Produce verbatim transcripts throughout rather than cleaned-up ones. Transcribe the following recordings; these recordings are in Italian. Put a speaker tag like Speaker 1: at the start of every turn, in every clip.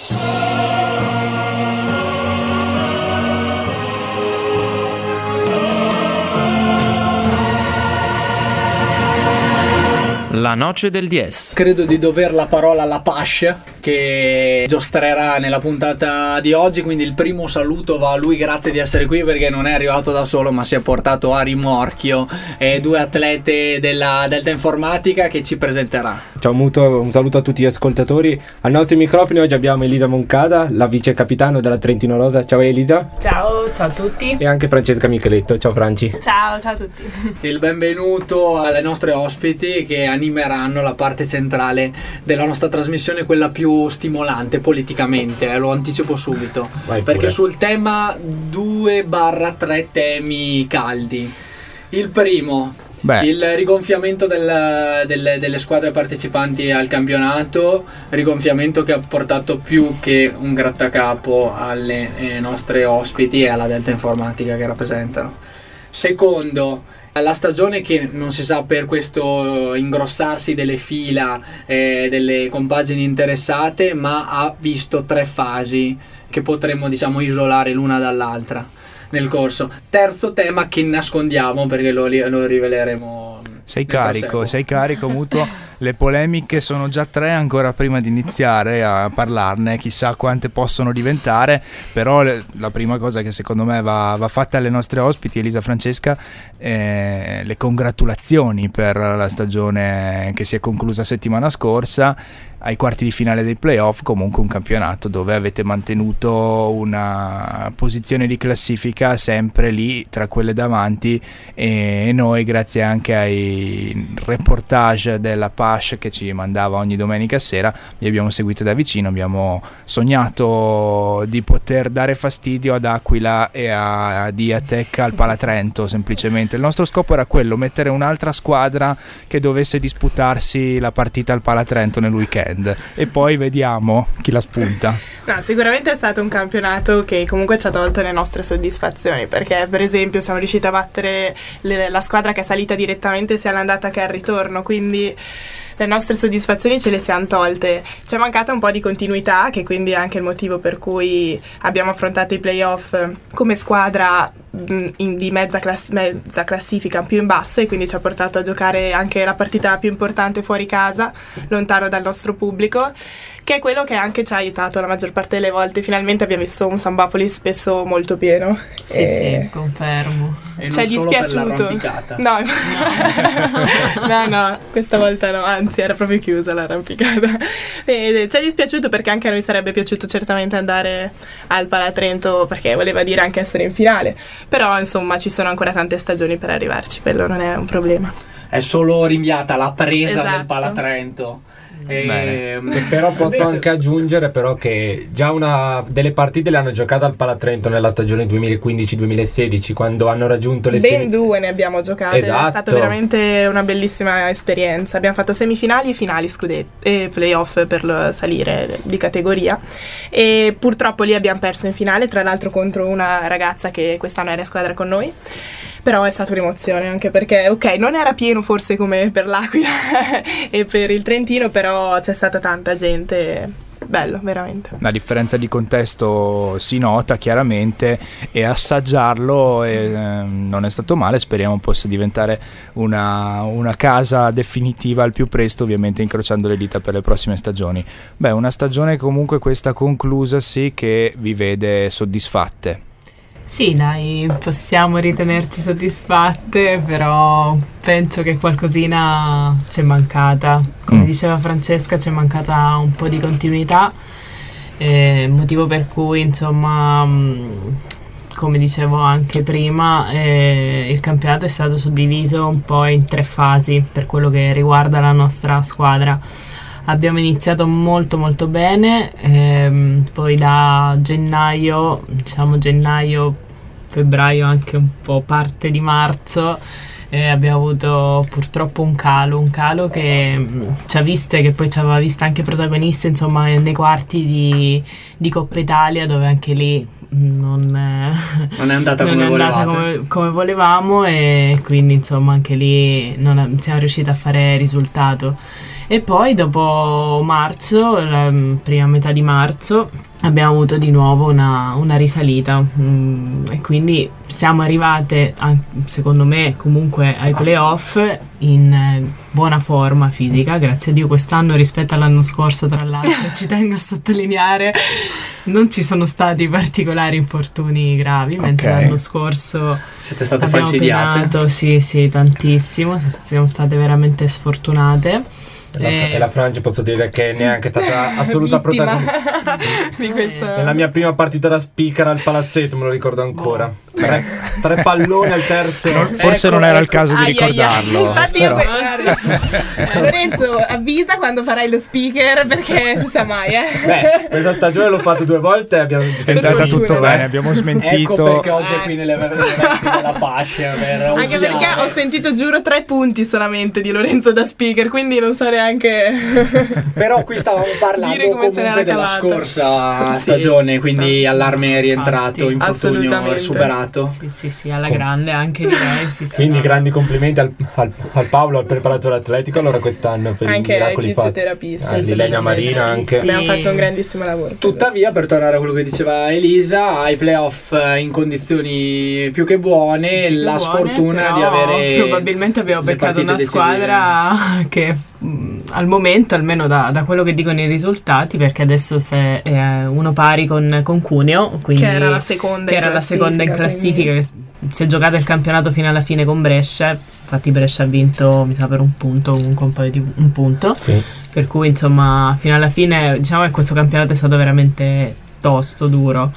Speaker 1: La noce del diez.
Speaker 2: Credo di dover la parola alla Pascia, che giostrerà nella puntata di oggi, quindi il primo saluto va a lui, grazie di essere qui, perché non è arrivato da solo ma si è portato a rimorchio eh, due atlete della Delta Informatica che ci presenterà.
Speaker 3: Ciao Muto, un saluto a tutti gli ascoltatori. Ai nostri microfoni oggi abbiamo Elisa Moncada, la vice capitano della Trentino Rosa. Ciao Elisa.
Speaker 4: Ciao, ciao a tutti.
Speaker 3: E anche Francesca Micheletto. Ciao Franci.
Speaker 4: Ciao, ciao a tutti.
Speaker 2: Il benvenuto alle nostre ospiti che animeranno la parte centrale della nostra trasmissione, quella più stimolante politicamente, eh, lo anticipo subito.
Speaker 3: Vai
Speaker 2: perché
Speaker 3: pure.
Speaker 2: sul tema due barra tre temi caldi. Il primo,
Speaker 1: Beh.
Speaker 2: il rigonfiamento del, del, delle squadre partecipanti al campionato, rigonfiamento che ha portato più che un grattacapo alle eh, nostre ospiti e alla Delta Informatica che rappresentano. Secondo, la stagione che non si sa, per questo ingrossarsi delle fila eh, delle compagini interessate, ma ha visto tre fasi che potremmo, diciamo, isolare l'una dall'altra nel corso. Terzo tema che nascondiamo perché lo, lo riveleremo.
Speaker 5: Sei carico, sei carico Mutuo. Le polemiche sono già tre ancora prima di iniziare a parlarne, chissà quante possono diventare, però le, la prima cosa che secondo me va, va fatta alle nostre ospiti, Elisa, Francesca, eh, le congratulazioni per la stagione che si è conclusa settimana scorsa, ai quarti di finale dei playoff, comunque un campionato dove avete mantenuto una posizione di classifica sempre lì tra quelle davanti, e noi, grazie anche ai reportage della Pash che ci mandava ogni domenica sera, vi abbiamo seguito da vicino, abbiamo sognato di poter dare fastidio ad Aquila e a Diatec al Palatrento. Semplicemente il nostro scopo era quello, mettere un'altra squadra che dovesse disputarsi la partita al Palatrento nel weekend, e poi vediamo chi la spunta.
Speaker 4: No, sicuramente è stato un campionato che comunque ci ha tolto le nostre soddisfazioni, perché per esempio siamo riusciti a battere le, la squadra che è salita direttamente sia all'andata che al ritorno, quindi le nostre soddisfazioni ce le siamo tolte. Ci è mancata un po' di continuità, che quindi è anche il motivo per cui abbiamo affrontato i playoff come squadra in, di mezza, class, mezza classifica più in basso, e quindi ci ha portato a giocare anche la partita più importante fuori casa, lontano dal nostro pubblico, che è quello che anche ci ha aiutato la maggior parte delle volte. Finalmente abbiamo visto un Sambapoli spesso molto pieno.
Speaker 6: Sì, e... sì, confermo.
Speaker 2: E
Speaker 4: ci è dispiaciuto. No. no, no, questa volta no, anzi era proprio chiusa l'arrampicata. E ci è dispiaciuto perché anche a noi sarebbe piaciuto certamente andare al Palatrento, perché voleva dire anche essere in finale. Però insomma ci sono ancora tante stagioni per arrivarci, quello non è un problema.
Speaker 2: È solo rinviata la presa
Speaker 4: esatto.
Speaker 2: del Palatrento.
Speaker 3: E, però posso invece... anche aggiungere però che già una delle partite le hanno giocate al Palatrento nella stagione duemilaquindici duemilasedici, quando hanno raggiunto le
Speaker 4: ben
Speaker 3: semi...
Speaker 4: due ne abbiamo giocate.
Speaker 3: Esatto.
Speaker 4: È stata veramente una bellissima esperienza. Abbiamo fatto semifinali e finali scudetti e playoff per lo salire di categoria, e purtroppo lì abbiamo perso in finale, tra l'altro contro una ragazza che quest'anno era in squadra con noi. Però è stata un'emozione, anche perché, ok, non era pieno forse come per l'Aquila e per il Trentino, però c'è stata tanta gente, bello, veramente.
Speaker 5: La differenza di contesto si nota chiaramente, e assaggiarlo eh, non è stato male. Speriamo possa diventare una, una casa definitiva al più presto, ovviamente incrociando le dita per le prossime stagioni. Beh, una stagione comunque questa conclusasi che vi vede soddisfatte.
Speaker 6: Sì, dai, possiamo ritenerci soddisfatte, però penso che qualcosina ci è mancata. Come mm. diceva Francesca, ci è mancata un po' di continuità, eh, motivo per cui, insomma, come dicevo anche prima, eh, il campionato è stato suddiviso un po' in tre fasi per quello che riguarda la nostra squadra. Abbiamo iniziato molto molto bene, ehm, poi da gennaio, diciamo gennaio, febbraio, anche un po' parte di marzo, eh, abbiamo avuto purtroppo un calo, un calo che mh, ci ha viste, che poi ci aveva vista anche protagonista, insomma, nei quarti di, di Coppa Italia, dove anche lì non è,
Speaker 2: non è andata,
Speaker 6: non
Speaker 2: come,
Speaker 6: è andata come, come volevamo, e quindi insomma anche lì non siamo riusciti a fare risultato. E poi dopo marzo, la prima metà di marzo, abbiamo avuto di nuovo una, una risalita mm, e quindi siamo arrivate, a, secondo me, comunque ai playoff in eh, buona forma fisica, grazie a Dio quest'anno rispetto all'anno scorso, tra l'altro ci tengo a sottolineare, non ci sono stati particolari infortuni gravi, mentre
Speaker 5: Ok.
Speaker 6: l'anno scorso
Speaker 2: Siete state
Speaker 6: abbiamo
Speaker 2: falcidiate.
Speaker 6: penato, sì sì, tantissimo, siamo state veramente sfortunate.
Speaker 3: La-
Speaker 6: Eh,
Speaker 3: E la Francia posso dire che neanche è stata assoluta
Speaker 4: Vittima
Speaker 3: protagonista.
Speaker 4: di questa.
Speaker 3: Nella mia prima partita da speaker al palazzetto, me lo ricordo ancora. Tre, tre palloni al terzo.
Speaker 5: Non- forse
Speaker 2: Ecco,
Speaker 5: non era il
Speaker 2: ecco.
Speaker 5: caso di
Speaker 4: Ai, ai, ai.
Speaker 5: ricordarlo.
Speaker 4: Infatti
Speaker 5: però-
Speaker 4: io guarda, Lorenzo, avvisa quando farai lo speaker perché si sa mai, eh.
Speaker 3: Beh, questa stagione l'ho fatto due volte e abbiamo
Speaker 5: È andata
Speaker 4: fortuna.
Speaker 5: tutto bene, abbiamo
Speaker 2: Ecco
Speaker 5: smentito.
Speaker 2: perché oggi è qui nelle nelle vesti della Pascia per
Speaker 4: Anche
Speaker 2: ovviare.
Speaker 4: perché ho sentito, giuro, tre punti solamente di Lorenzo da speaker, quindi non so neanche.
Speaker 2: Però qui stavamo
Speaker 4: Dire
Speaker 2: parlando
Speaker 4: come se n'era
Speaker 2: comunque della
Speaker 4: cavata.
Speaker 2: scorsa
Speaker 6: Sì.
Speaker 2: stagione, quindi allarme è rientrato,
Speaker 6: Infatti,
Speaker 2: infortunio
Speaker 4: assolutamente.
Speaker 2: recuperato.
Speaker 6: Sì, sì, sì, alla grande anche direi, sì, sì.
Speaker 3: Quindi
Speaker 6: no,
Speaker 3: grandi complimenti al, al, al Paolo, al preparatore atletico, allora quest'anno per
Speaker 4: Anche
Speaker 3: i
Speaker 4: ai
Speaker 3: miracoli fatti.
Speaker 4: fisioterapisti.
Speaker 3: Ah,
Speaker 6: sì,
Speaker 3: di Lenia
Speaker 6: sì,
Speaker 3: Marina
Speaker 6: sì,
Speaker 3: anche.
Speaker 6: sì.
Speaker 4: Abbiamo fatto un grandissimo lavoro.
Speaker 2: Tuttavia, per tornare a quello che diceva Elisa, ai playoff eh, in condizioni più che buone,
Speaker 6: Sì, più
Speaker 2: la
Speaker 6: buone,
Speaker 2: sfortuna
Speaker 6: però
Speaker 2: di avere
Speaker 6: probabilmente abbiamo
Speaker 2: le
Speaker 6: beccato
Speaker 2: partite
Speaker 6: una
Speaker 2: decisive.
Speaker 6: squadra che mh, al momento, almeno da, da quello che dicono i risultati, perché adesso se, è uno pari con, con Cuneo, quindi,
Speaker 4: Che era la seconda
Speaker 6: che
Speaker 4: in
Speaker 6: era la seconda in
Speaker 4: classifica,
Speaker 6: classifica, che si è giocato il campionato fino alla fine con Brescia, infatti Brescia ha vinto mi sa per un punto, comunque un paio di un punto,
Speaker 3: Sì.
Speaker 6: per cui insomma fino alla fine diciamo che questo campionato è stato veramente tosto, duro.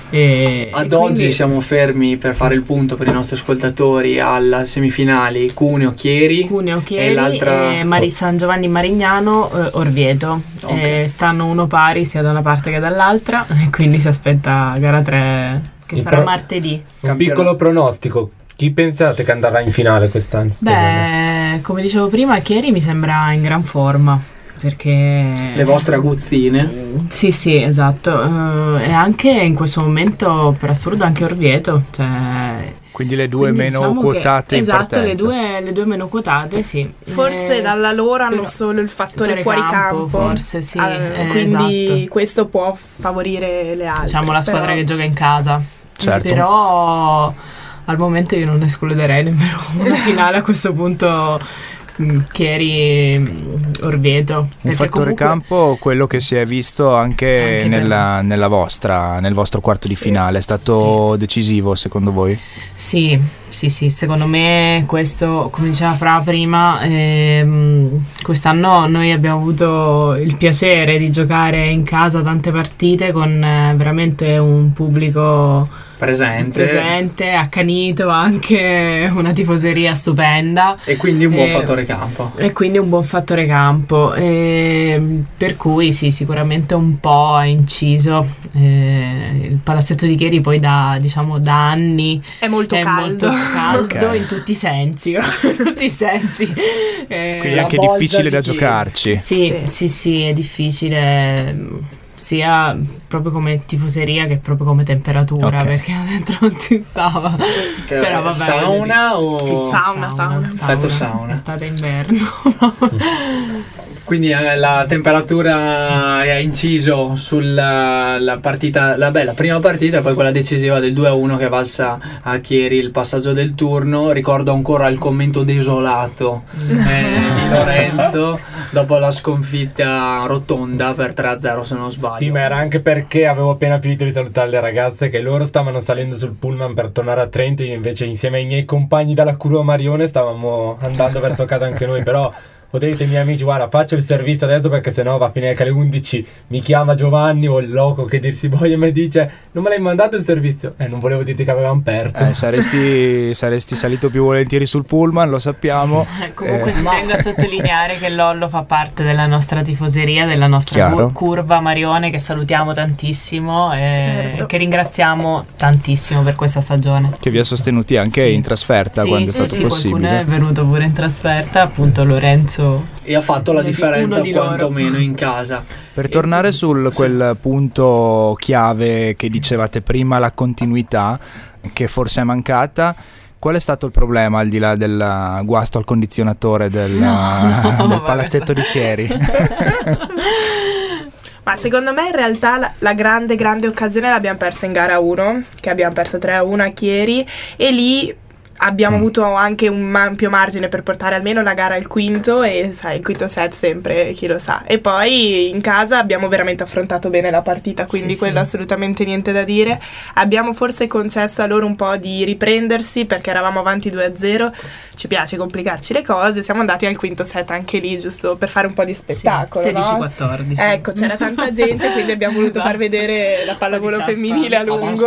Speaker 6: E,
Speaker 2: Ad
Speaker 6: e
Speaker 2: oggi
Speaker 6: quindi-
Speaker 2: siamo fermi per fare il punto per i nostri ascoltatori alla semifinali Cuneo Chieri
Speaker 6: Cuneo Chieri
Speaker 2: e
Speaker 6: e,
Speaker 2: l'altra
Speaker 6: Mari- San Giovanni Marignano eh, Orvieto.
Speaker 2: Ok.
Speaker 6: Eh, stanno uno pari sia da una parte che dall'altra e quindi si aspetta gara tre che
Speaker 3: Il
Speaker 6: sarà
Speaker 3: pro-
Speaker 6: martedì.
Speaker 3: Un
Speaker 2: Campionato.
Speaker 3: piccolo pronostico. Chi pensate che andrà in finale quest'anno?
Speaker 6: Beh, come dicevo prima, Chieri mi sembra in gran forma perché
Speaker 2: le vostre aguzzine.
Speaker 6: sì sì esatto. Eh, e anche in questo momento per assurdo anche Orvieto, cioè
Speaker 5: Quindi le due
Speaker 6: quindi
Speaker 5: meno
Speaker 6: diciamo che-
Speaker 5: quotate in
Speaker 6: esatto, le
Speaker 5: partenza.
Speaker 6: due, le due meno quotate, sì.
Speaker 4: Forse
Speaker 6: Eh,
Speaker 4: dalla loro hanno
Speaker 6: però-
Speaker 4: solo il fattore
Speaker 6: fattore
Speaker 4: fuori
Speaker 6: campo,
Speaker 4: campo,
Speaker 6: forse, sì,
Speaker 4: Eh,
Speaker 6: eh,
Speaker 4: quindi
Speaker 6: esatto.
Speaker 4: questo può favorire le altre.
Speaker 6: diciamo la squadra
Speaker 4: però-
Speaker 6: che gioca in casa.
Speaker 5: Certo.
Speaker 6: Però al momento io non escluderei nemmeno una finale a questo punto. mh, Chieri mh, Orvieto.
Speaker 5: Un
Speaker 6: perché
Speaker 5: fattore
Speaker 6: comunque-
Speaker 5: campo, quello che si è visto anche,
Speaker 6: Anche
Speaker 5: nella, nella vostra, nel vostro quarto di
Speaker 6: Sì.
Speaker 5: finale, è stato decisivo secondo voi?
Speaker 6: Sì, sì, sì, secondo me questo, come diceva Fra prima, ehm, quest'anno noi abbiamo avuto il piacere di giocare in casa tante partite con eh, veramente un pubblico
Speaker 2: Presente.
Speaker 6: presente, accanito, anche una tifoseria stupenda.
Speaker 2: E quindi un buon
Speaker 6: Eh,
Speaker 2: fattore campo.
Speaker 6: E quindi un buon fattore campo, e per cui sì, sicuramente un po' ha inciso. Eh, il palazzetto di Chieri poi da, diciamo, da anni
Speaker 4: È molto
Speaker 6: è
Speaker 4: caldo.
Speaker 6: molto caldo
Speaker 5: Ok.
Speaker 6: in tutti i sensi, in tutti i sensi. Eh,
Speaker 5: Quindi
Speaker 2: La
Speaker 5: anche
Speaker 2: bolgia
Speaker 5: difficile
Speaker 2: di
Speaker 5: da
Speaker 2: Chieri.
Speaker 5: giocarci.
Speaker 6: sì,
Speaker 4: Sì.
Speaker 6: sì, sì, è difficile mh, sia proprio come tifoseria che proprio come temperatura,
Speaker 5: Ok.
Speaker 6: perché dentro non si stava.
Speaker 2: Che
Speaker 6: Però vabbè,
Speaker 2: sauna o
Speaker 6: Sì,
Speaker 4: Sauna, sauna.
Speaker 2: Effetto sauna.
Speaker 6: Estate e inverno.
Speaker 2: quindi eh, la temperatura ha inciso sulla la partita, la, beh, la prima partita e poi quella decisiva del due a uno che valsa a Chieri il passaggio del turno. Ricordo ancora il commento desolato eh, di Lorenzo dopo la sconfitta rotonda per tre a zero se non sbaglio.
Speaker 3: Sì, ma era anche perché avevo appena finito di salutare le ragazze che loro stavano salendo sul pullman per tornare a Trento, io invece insieme ai miei compagni dalla Curva Marione stavamo andando verso casa anche noi, però ho detto ai miei amici guarda faccio il servizio adesso perché sennò va a finire che alle undici mi chiama Giovanni o il loco che dir si voglia e mi dice non me l'hai mandato il servizio e eh, non volevo dirti che avevamo perso.
Speaker 5: Eh, saresti, saresti salito più volentieri sul pullman, lo sappiamo.
Speaker 6: Eh, Comunque
Speaker 5: Eh,
Speaker 6: ci
Speaker 2: Ma-
Speaker 6: tengo a sottolineare che Lollo fa parte della nostra tifoseria, della nostra
Speaker 5: Chiaro.
Speaker 6: cu- curva Marione, che salutiamo tantissimo e
Speaker 4: Certo.
Speaker 6: che ringraziamo tantissimo per questa stagione.
Speaker 5: che vi ha sostenuti anche
Speaker 6: Sì.
Speaker 5: in trasferta
Speaker 6: Sì,
Speaker 5: quando è
Speaker 6: sì,
Speaker 5: stato
Speaker 6: sì, qualcuno
Speaker 5: possibile.
Speaker 6: è venuto pure in trasferta, appunto Lorenzo.
Speaker 2: E ha fatto la
Speaker 6: Uno di-
Speaker 2: differenza
Speaker 6: uno di loro.
Speaker 2: quantomeno in casa.
Speaker 5: Per tornare sul quel punto chiave che dicevate prima, la continuità che forse è mancata, Qual è stato il problema al di là del guasto al condizionatore del,
Speaker 6: No,
Speaker 5: del palazzetto di Chieri?
Speaker 4: Ma secondo me in realtà la, la grande grande occasione l'abbiamo persa in gara uno, che abbiamo perso tre a uno a Chieri, e lì abbiamo mm. avuto anche un ampio margine per portare almeno la gara al quinto, e sai, il quinto set sempre, chi lo sa. E poi in casa abbiamo veramente affrontato bene la partita, quindi
Speaker 6: sì,
Speaker 4: quello
Speaker 6: sì.
Speaker 4: assolutamente niente da dire. Abbiamo forse concesso a loro un po' di riprendersi perché eravamo avanti due a zero, ci piace complicarci le cose, siamo andati al quinto set anche lì giusto per fare un po' di spettacolo,
Speaker 6: sì, sedici
Speaker 4: no?
Speaker 6: quattordici.
Speaker 4: Ecco, c'era tanta gente, quindi abbiamo voluto far vedere la pallavolo femminile a lungo.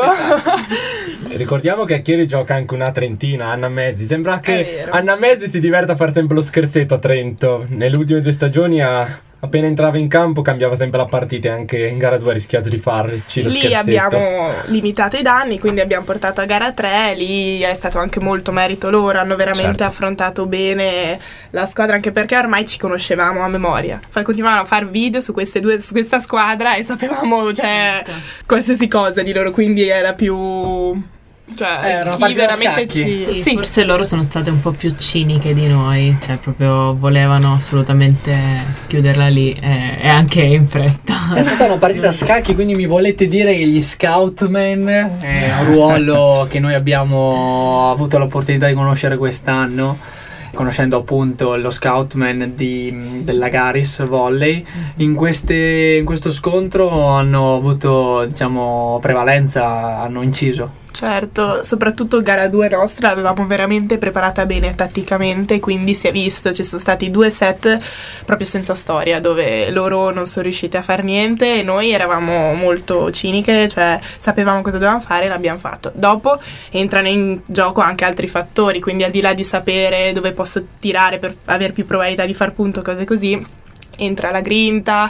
Speaker 3: Ricordiamo che a Chieri gioca anche una trentina, Anna Mezzi. Sembra che
Speaker 4: vero.
Speaker 3: Anna Mezzi si diverta a fare sempre lo scherzetto a Trento. Nelle ultime due stagioni ha, appena entrava in campo cambiava sempre la partita, e anche in gara due ha rischiato di farci lo
Speaker 4: Lì
Speaker 3: scherzetto.
Speaker 4: abbiamo limitato i danni, quindi abbiamo portato a gara tre, lì è stato anche molto merito loro, hanno veramente
Speaker 3: Certo.
Speaker 4: affrontato bene la squadra, anche perché ormai ci conoscevamo a memoria. Poi continuavano a fare video su queste due, su questa squadra, e sapevamo, cioè,
Speaker 6: Certo.
Speaker 4: qualsiasi cosa di loro, quindi era più... Cioè,
Speaker 2: Era una
Speaker 4: chi
Speaker 2: partita a
Speaker 4: veramente
Speaker 2: scacchi.
Speaker 4: ci...
Speaker 6: Sì,
Speaker 4: sì.
Speaker 6: forse loro sono state un po' più ciniche di noi, cioè proprio volevano assolutamente chiuderla lì, e, e anche in fretta.
Speaker 2: È stata una partita a scacchi, quindi mi volete dire che gli scoutman è un ruolo che noi abbiamo avuto l'opportunità di conoscere quest'anno, conoscendo appunto lo scoutman di, della Garis Volley. In, queste, in questo scontro hanno avuto, diciamo, prevalenza, hanno inciso.
Speaker 4: Certo, soprattutto gara due nostra l'avevamo veramente preparata bene tatticamente, quindi si è visto, ci sono stati due set proprio senza storia, dove loro non sono riusciti a fare niente e noi eravamo molto ciniche, cioè sapevamo cosa dovevamo fare e l'abbiamo fatto. Dopo entrano in gioco anche altri fattori, quindi al di là di sapere dove posso tirare per avere più probabilità di far punto, cose così, entra la grinta,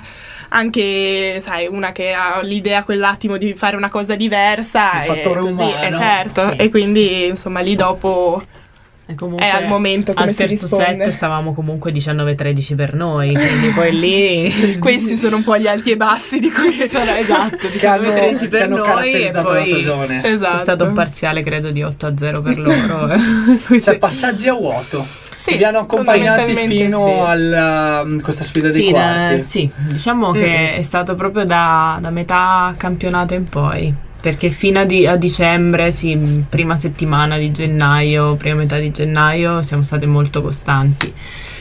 Speaker 4: anche, sai, una che ha l'idea quell'attimo di fare una cosa diversa,
Speaker 2: Il fattore
Speaker 4: e così,
Speaker 2: umano.
Speaker 4: eh, certo,
Speaker 6: Sì.
Speaker 4: e quindi insomma lì dopo
Speaker 6: E comunque
Speaker 4: è al momento come
Speaker 6: al
Speaker 4: si
Speaker 6: terzo
Speaker 4: risponde.
Speaker 6: set stavamo comunque diciannove tredici per noi, quindi poi lì
Speaker 4: Questi sono un po' gli alti e bassi di cui si sono
Speaker 6: esatto,
Speaker 2: Che
Speaker 6: diciannove
Speaker 2: hanno,
Speaker 6: tredici
Speaker 2: che
Speaker 6: per
Speaker 2: hanno
Speaker 6: noi, e
Speaker 2: caratterizzato la
Speaker 6: poi
Speaker 2: stagione.
Speaker 4: Esatto.
Speaker 6: c'è stato un parziale credo di otto a zero per loro.
Speaker 2: Cioè, passaggi a vuoto.
Speaker 4: Sì,
Speaker 2: Vi hanno accompagnati
Speaker 4: fondamentalmente
Speaker 2: fino
Speaker 4: sì.
Speaker 2: a questa sfida
Speaker 6: Sì,
Speaker 2: dei
Speaker 6: da-
Speaker 2: quarti.
Speaker 6: sì, diciamo che è stato proprio da, da metà campionato in poi, perché fino a, di- a dicembre, sì, prima settimana di gennaio, prima metà di gennaio, siamo state molto costanti.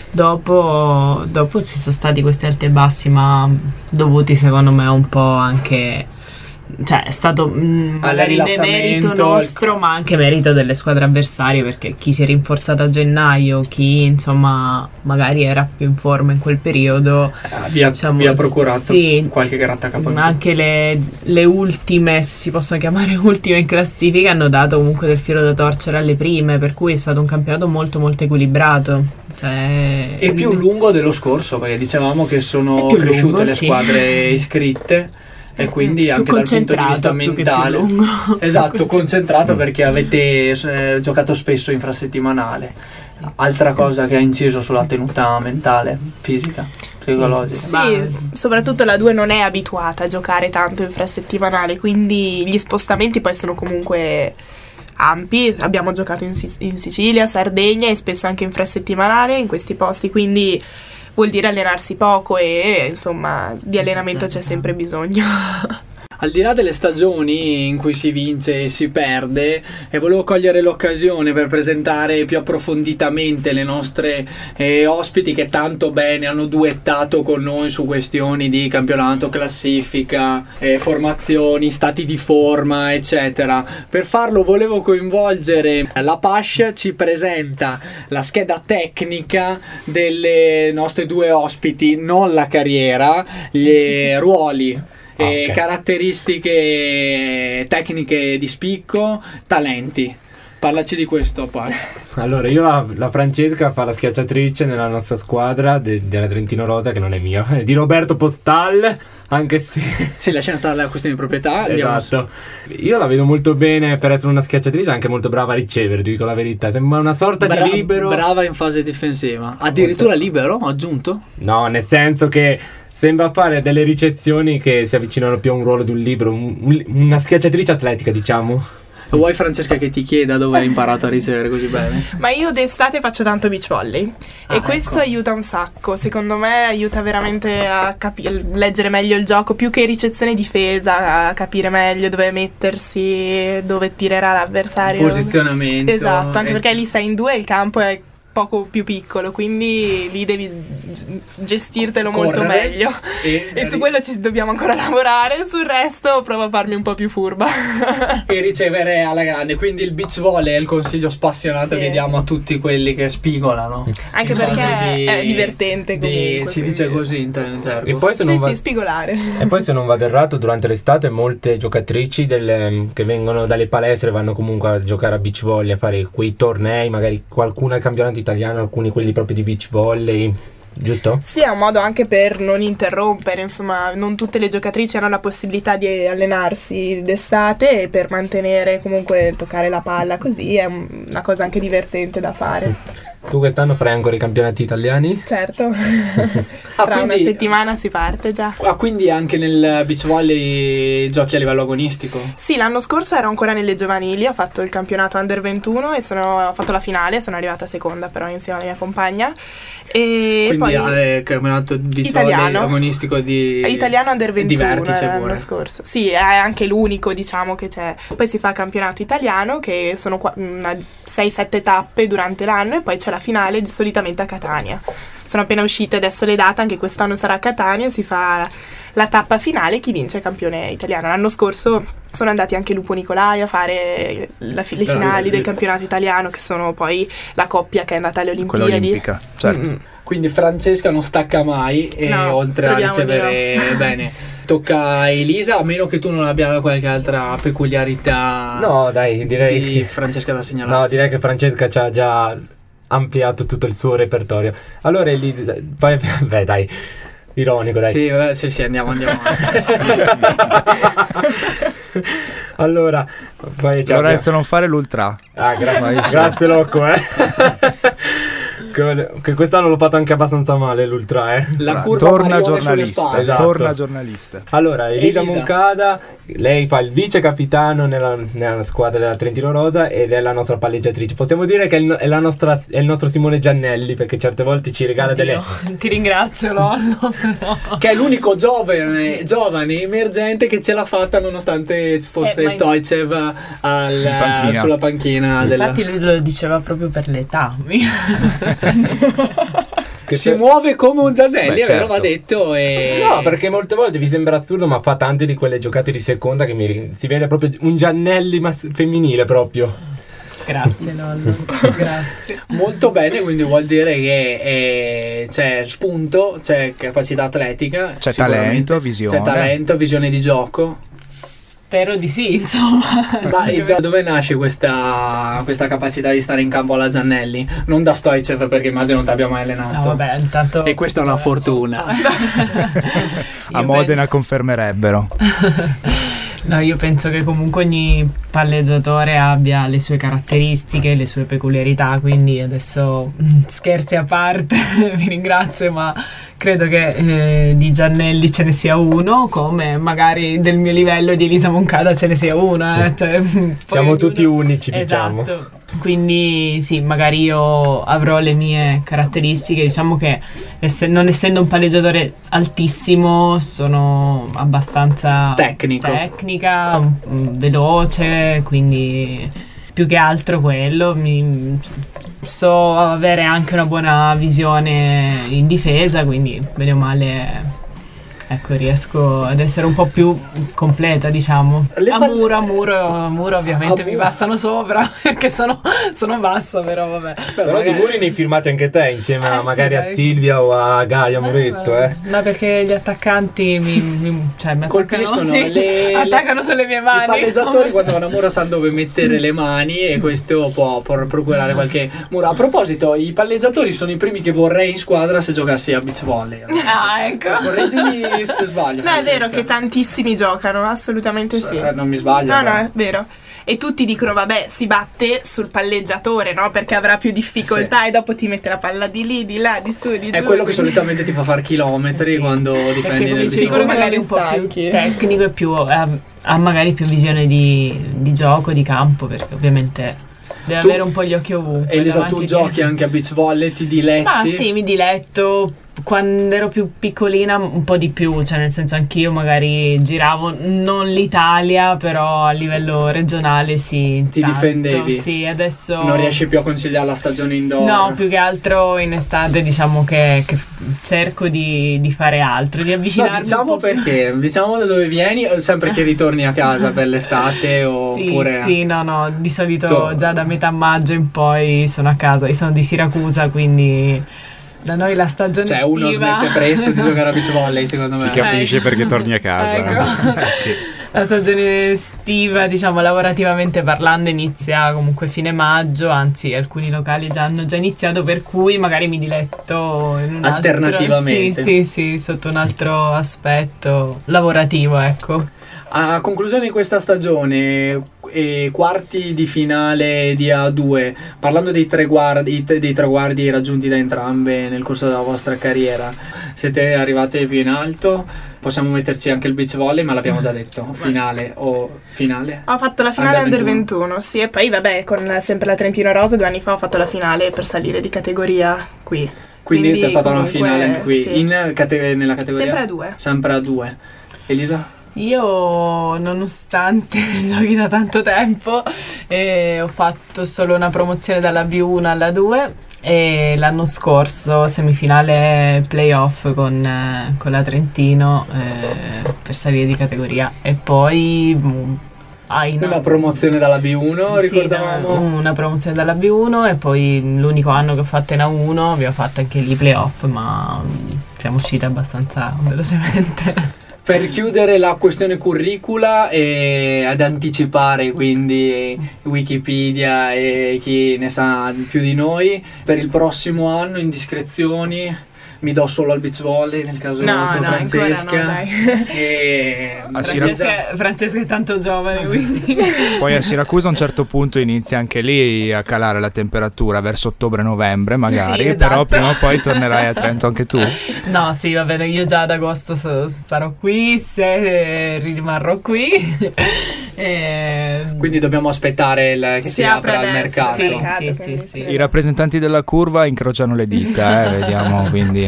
Speaker 6: Dopo, dopo ci sono stati questi alti e bassi, ma dovuti secondo me un po' anche... Cioè è stato mh, magari merito
Speaker 2: rilassamento,
Speaker 6: nostro, ma anche merito delle squadre avversarie, perché chi si è rinforzato a gennaio, chi insomma magari era più in forma in quel periodo,
Speaker 2: Ah, vi, ha,
Speaker 6: diciamo,
Speaker 2: vi ha procurato
Speaker 6: sì,
Speaker 2: qualche grattacapo in più.
Speaker 6: anche le, le ultime, se si possono chiamare ultime in classifica, hanno dato comunque del filo da torcere alle prime, per cui è stato un campionato molto molto equilibrato, cioè,
Speaker 2: E più lungo dello scorso, perché dicevamo che sono
Speaker 6: È più
Speaker 2: cresciute
Speaker 6: lungo,
Speaker 2: le
Speaker 6: sì.
Speaker 2: squadre iscritte, e quindi
Speaker 6: più
Speaker 2: anche dal punto di
Speaker 6: concentrato
Speaker 2: vista
Speaker 6: più che più
Speaker 2: mentale,
Speaker 6: lungo.
Speaker 2: esatto, concentrato, perché avete eh, giocato spesso infrasettimanale. Altra cosa che ha inciso sulla tenuta mentale, fisica, psicologica.
Speaker 4: Sì,
Speaker 6: Ma-
Speaker 4: soprattutto la due non è abituata a giocare tanto infrasettimanale, quindi gli spostamenti poi sono comunque ampi. Abbiamo giocato in, Sis- in Sicilia, Sardegna e spesso anche infrasettimanale in questi posti, quindi vuol dire allenarsi poco e insomma di allenamento c'è sempre bisogno.
Speaker 2: Al di là delle stagioni in cui si vince e si perde, e volevo cogliere l'occasione per presentare più approfonditamente le nostre eh, ospiti che tanto bene hanno duettato con noi su questioni di campionato, classifica, eh, formazioni, stati di forma, eccetera. Per farlo volevo coinvolgere la P A S H, ci presenta la scheda tecnica delle nostre due ospiti, non la carriera, gli ruoli. E
Speaker 3: Ok.
Speaker 2: caratteristiche tecniche di spicco, talenti. Parlaci di questo, poi.
Speaker 3: Allora, io la, la Francesca fa la schiacciatrice nella nostra squadra de- della Trentino Rosa, che non è mia, è di Roberto Postal, anche se...
Speaker 2: Sì, lasciamo stare la questione di proprietà. Andiamo su.
Speaker 3: Esatto. Io la vedo molto bene per essere una schiacciatrice, anche molto brava a ricevere, ti dico la verità. Sembra una sorta
Speaker 2: Bra-
Speaker 3: di libero.
Speaker 2: Brava in fase difensiva. Addirittura libero, aggiunto?
Speaker 3: No, nel senso che sembra fare delle ricezioni che si avvicinano più a un ruolo di un libero, un- un- una schiacciatrice atletica, diciamo.
Speaker 2: Vuoi Francesca che ti chieda dove hai imparato a ricevere così bene?
Speaker 4: Ma io d'estate faccio tanto beach volley
Speaker 2: Ah,
Speaker 4: e questo
Speaker 2: ecco.
Speaker 4: aiuta un sacco, secondo me aiuta veramente a capi- a leggere meglio il gioco, più che ricezione e difesa, a capire meglio dove mettersi, dove tirerà l'avversario.
Speaker 2: Posizionamento.
Speaker 4: Esatto, anche
Speaker 2: Eh,
Speaker 4: perché lì sei in due e il campo è poco più piccolo, quindi lì devi gestirtelo molto
Speaker 2: Correre
Speaker 4: meglio.
Speaker 2: E,
Speaker 4: E su quello ci dobbiamo ancora lavorare, sul resto provo a farmi un po' più furba.
Speaker 2: e ricevere alla grande. Quindi il beach volley è il consiglio spassionato
Speaker 4: Sì.
Speaker 2: che diamo a tutti quelli che spigolano.
Speaker 4: Anche
Speaker 2: In
Speaker 4: perché
Speaker 2: cose di-
Speaker 4: è divertente
Speaker 2: di-
Speaker 4: comunque,
Speaker 2: si
Speaker 4: quindi-
Speaker 2: dice così in in gergo.
Speaker 3: E poi se
Speaker 4: Sì,
Speaker 3: non va-
Speaker 4: sì, spigolare.
Speaker 3: E poi se non vado errato, durante l'estate molte giocatrici del- che vengono dalle palestre vanno comunque a giocare a beach volley, a fare quei tornei, magari qualcuno al campionato italiano, alcuni quelli proprio di beach volley, giusto?
Speaker 4: Sì, è un modo anche per non interrompere, insomma, non tutte le giocatrici hanno la possibilità di allenarsi d'estate e per mantenere comunque toccare la palla così è un- una cosa anche divertente da fare.
Speaker 3: Tu quest'anno farai ancora i campionati italiani?
Speaker 4: Certo.
Speaker 2: Ah,
Speaker 4: Tra una
Speaker 2: quindi-
Speaker 4: settimana si parte già.
Speaker 2: Ah, quindi anche nel beach volley giochi a livello agonistico?
Speaker 4: Sì, l'anno scorso ero ancora nelle giovanili, ho fatto il campionato under ventuno e sono, ho fatto la finale, sono arrivata seconda però insieme alla mia compagna. E
Speaker 2: Quindi
Speaker 4: poi
Speaker 2: eh, campionato beach
Speaker 4: Italiano.
Speaker 2: volley agonistico di
Speaker 4: Italiano under ventuno
Speaker 2: di vertice
Speaker 4: l'anno
Speaker 2: pure.
Speaker 4: scorso. Sì, è anche l'unico, diciamo, che c'è. Poi si fa campionato italiano che sono sei sette tappe durante l'anno e poi c'è la finale di- solitamente a Catania. Sono appena uscite adesso le date, anche quest'anno sarà a Catania, si fa la, la tappa finale, chi vince è campione italiano. L'anno scorso sono andati anche Lupo Nicolai a fare la fi- le
Speaker 2: Però,
Speaker 4: finali
Speaker 2: eh,
Speaker 4: del campionato italiano, che sono poi la coppia che è andata alle
Speaker 5: Quella
Speaker 4: Olimpiadi.
Speaker 5: olimpica, certo.
Speaker 4: Mm-mm.
Speaker 2: Quindi Francesca non stacca mai e
Speaker 4: No,
Speaker 2: oltre a
Speaker 4: speriamo di
Speaker 2: ricevere bene. Tocca a Elisa, a meno che tu non abbia qualche altra peculiarità
Speaker 3: No, dai, direi
Speaker 2: di
Speaker 3: che
Speaker 2: Francesca da segnalare.
Speaker 3: No, direi che Francesca ci ha già ampliato tutto il suo repertorio. Allora lì poi beh, dai, ironico, dai.
Speaker 2: Sì, eh, sì, sì, andiamo, andiamo.
Speaker 3: Allora, poi ci
Speaker 5: Lorenzo, non fare l'ultra.
Speaker 3: Ah, gra-
Speaker 5: Vai, sì.
Speaker 3: grazie Locco, eh. che, che quest'anno l'ho fatto anche abbastanza male l'ultra, eh.
Speaker 2: La
Speaker 5: Tra-
Speaker 2: curva
Speaker 5: torna
Speaker 2: Marione sulle
Speaker 5: giornalista,
Speaker 2: spalle.
Speaker 3: Esatto.
Speaker 5: torna giornalista.
Speaker 3: Allora, Elisa,
Speaker 2: Elisa.
Speaker 3: Moncada, lei fa il vice capitano nella, nella squadra della Trentino Rosa ed è la nostra palleggiatrice. Possiamo dire che è il, è la nostra, è il nostro Simone Giannelli, perché certe volte ci regala delle...
Speaker 6: Oddio, ti ringrazio Lollo, però.
Speaker 2: Che è l'unico giovane, giovane emergente che ce l'ha fatta nonostante fosse
Speaker 6: Eh, ma-
Speaker 2: Stoichev al-
Speaker 5: In panchina.
Speaker 2: sulla panchina della...
Speaker 6: Infatti lui lo diceva proprio per l'età.
Speaker 3: che
Speaker 2: si
Speaker 3: se-
Speaker 2: muove come un Giannelli,
Speaker 5: Beh,
Speaker 2: è vero,
Speaker 5: certo.
Speaker 2: va detto. E...
Speaker 3: No, perché molte volte vi sembra assurdo, ma fa tante di quelle giocate di seconda che mi, si vede proprio un Giannelli mas- femminile proprio.
Speaker 6: Grazie Lollo, grazie.
Speaker 2: Molto bene, quindi vuol dire che eh, c'è spunto, c'è capacità atletica,
Speaker 5: C'è
Speaker 2: sicuramente.
Speaker 5: talento, visione.
Speaker 2: C'è talento, visione di gioco.
Speaker 6: Spero di sì, insomma.
Speaker 2: Ma e da dove nasce questa, questa capacità di stare in campo alla Giannelli? Non da Stoichev, perché immagino non ti abbia mai allenato.
Speaker 6: No, vabbè, intanto...
Speaker 2: E questa è una
Speaker 6: vabbè.
Speaker 2: fortuna.
Speaker 5: A
Speaker 6: Io
Speaker 5: Modena confermerebbero.
Speaker 6: No, io penso che comunque ogni palleggiatore abbia le sue caratteristiche, le sue peculiarità, quindi adesso mm, scherzi a parte, vi ringrazio, ma credo che eh, di Giannelli ce ne sia uno, come magari del mio livello di Elisa Moncada ce ne sia uno. Eh, cioè, poi
Speaker 3: Siamo
Speaker 6: ognuno-
Speaker 3: tutti unici, diciamo.
Speaker 6: Esatto. Quindi sì, magari io avrò le mie caratteristiche, diciamo che ess- non essendo un palleggiatore altissimo sono abbastanza
Speaker 2: Tecnico.
Speaker 6: tecnica, mm, veloce, quindi più che altro quello. Mi, so avere anche una buona visione in difesa, quindi bene o male ecco, riesco ad essere un po' più completa, diciamo.
Speaker 2: Le
Speaker 6: A
Speaker 2: palle-
Speaker 6: muro, a muro, a muro ovviamente
Speaker 2: A
Speaker 6: mi
Speaker 2: muro.
Speaker 6: passano sopra, perché sono, sono bassa, però vabbè.
Speaker 3: Però di muri ne hai firmati anche te, insieme
Speaker 6: Eh,
Speaker 3: a
Speaker 6: sì,
Speaker 3: magari a
Speaker 6: dai.
Speaker 3: Silvia o a Gaia Muretto, eh.
Speaker 6: Ma perché gli attaccanti mi, mi, cioè, mi
Speaker 2: Colpiscono
Speaker 6: attaccano, sì,
Speaker 2: le-
Speaker 6: attaccano
Speaker 2: le-
Speaker 6: sulle mie mani.
Speaker 2: I palleggiatori quando vanno a muro sanno dove mettere le mani e questo può, può procurare qualche muro. A proposito, i palleggiatori sono i primi che vorrei in squadra se giocassi a beach volley.
Speaker 6: Ah, ecco.
Speaker 2: Cioè, correggimi se sbaglio.
Speaker 4: No, è vero
Speaker 2: Francesca.
Speaker 4: che tantissimi giocano, assolutamente sì.
Speaker 2: Eh, non mi sbaglio.
Speaker 4: No,
Speaker 2: però.
Speaker 4: no, è vero. e tutti dicono vabbè si batte sul palleggiatore, no? Perché avrà più difficoltà sì. e dopo ti mette la palla di lì, di là, di su, di giù.
Speaker 2: È quello che solitamente ti fa fare chilometri sì. quando difendi nel
Speaker 6: bicicletta. Magari un po' più tecnico e più ha, ha magari più visione di, di gioco, di campo, perché ovviamente deve tu, avere un po' gli occhi ovunque.
Speaker 2: Elisa, tu giochi dietro. Anche a beach volley, ti diletti?
Speaker 6: Ah sì, mi diletto. Quando ero più piccolina un po' di più, cioè nel senso anch'io magari giravo non l'Italia, però a livello regionale sì.
Speaker 2: Ti tanto, difendevi?
Speaker 6: Sì, adesso
Speaker 2: non riesci più a consigliare la stagione indoor?
Speaker 6: No, più che altro in estate diciamo che, che cerco di, di fare altro, di avvicinarmi.
Speaker 2: No, diciamo perché, più. Diciamo da dove vieni, sempre che ritorni a casa per l'estate oppure...
Speaker 6: Sì, sì, no, no, di solito tu. Già da metà maggio in poi sono a casa, io sono di Siracusa, quindi... Da noi la stagione
Speaker 2: cioè,
Speaker 6: estiva...
Speaker 2: uno smette presto di giocare a beach volley, secondo me.
Speaker 7: Si capisce
Speaker 6: ecco.
Speaker 7: perché torni a casa.
Speaker 6: Ecco.
Speaker 7: Eh, sì.
Speaker 6: La stagione estiva, diciamo, lavorativamente parlando, inizia comunque fine maggio, anzi alcuni locali già hanno già iniziato, per cui magari mi diletto in un
Speaker 2: alternativamente.
Speaker 6: Altro, sì, sì, sì, sotto un altro aspetto lavorativo, ecco.
Speaker 2: A conclusione di questa stagione, e quarti di finale di A due, parlando dei traguardi, dei traguardi raggiunti da entrambe nel corso della vostra carriera, siete arrivate più in alto? Possiamo metterci anche il beach volley, ma l'abbiamo già detto, finale o finale?
Speaker 4: Ho fatto la finale under ventuno, sì, e poi vabbè con sempre la Trentino Rosa due anni fa ho fatto la finale per salire di categoria qui.
Speaker 2: Quindi, Quindi c'è stata
Speaker 4: comunque,
Speaker 2: una finale anche qui,
Speaker 4: sì.
Speaker 2: in cate- nella categoria?
Speaker 4: Sempre a due.
Speaker 2: Sempre a due. Elisa?
Speaker 6: Io, nonostante giochi da tanto tempo, eh, ho fatto solo una promozione dalla B uno alla due e l'anno scorso semifinale playoff con, eh, con la Trentino eh, per salire di categoria e poi... Mm, Ah, no.
Speaker 2: Una promozione dalla B uno,
Speaker 6: sì,
Speaker 2: ricordavamo?
Speaker 6: No, una promozione dalla B uno e poi l'unico anno che ho fatto in A uno abbiamo fatto anche lì playoff, ma siamo usciti abbastanza velocemente.
Speaker 2: Per chiudere la questione curricula e ad anticipare quindi Wikipedia e chi ne sa più di noi, per il prossimo anno indiscrezioni mi do solo al beach volley nel caso
Speaker 4: no,
Speaker 2: di
Speaker 4: no,
Speaker 2: Francesca
Speaker 4: no, dai.
Speaker 2: e
Speaker 6: Francesca, Francesca è tanto giovane, quindi
Speaker 5: poi a Siracusa a un certo punto inizia anche lì a calare la temperatura verso ottobre-novembre magari,
Speaker 6: sì, esatto.
Speaker 5: Però prima o poi tornerai a Trento anche tu?
Speaker 6: No, sì, va bene, io già ad agosto sarò qui, se rimarrò qui e...
Speaker 2: quindi dobbiamo aspettare il, che si, si apra il mercato.
Speaker 6: Sì, sì, sì, sì, sì.
Speaker 5: I rappresentanti della curva incrociano le dita, eh, vediamo quindi.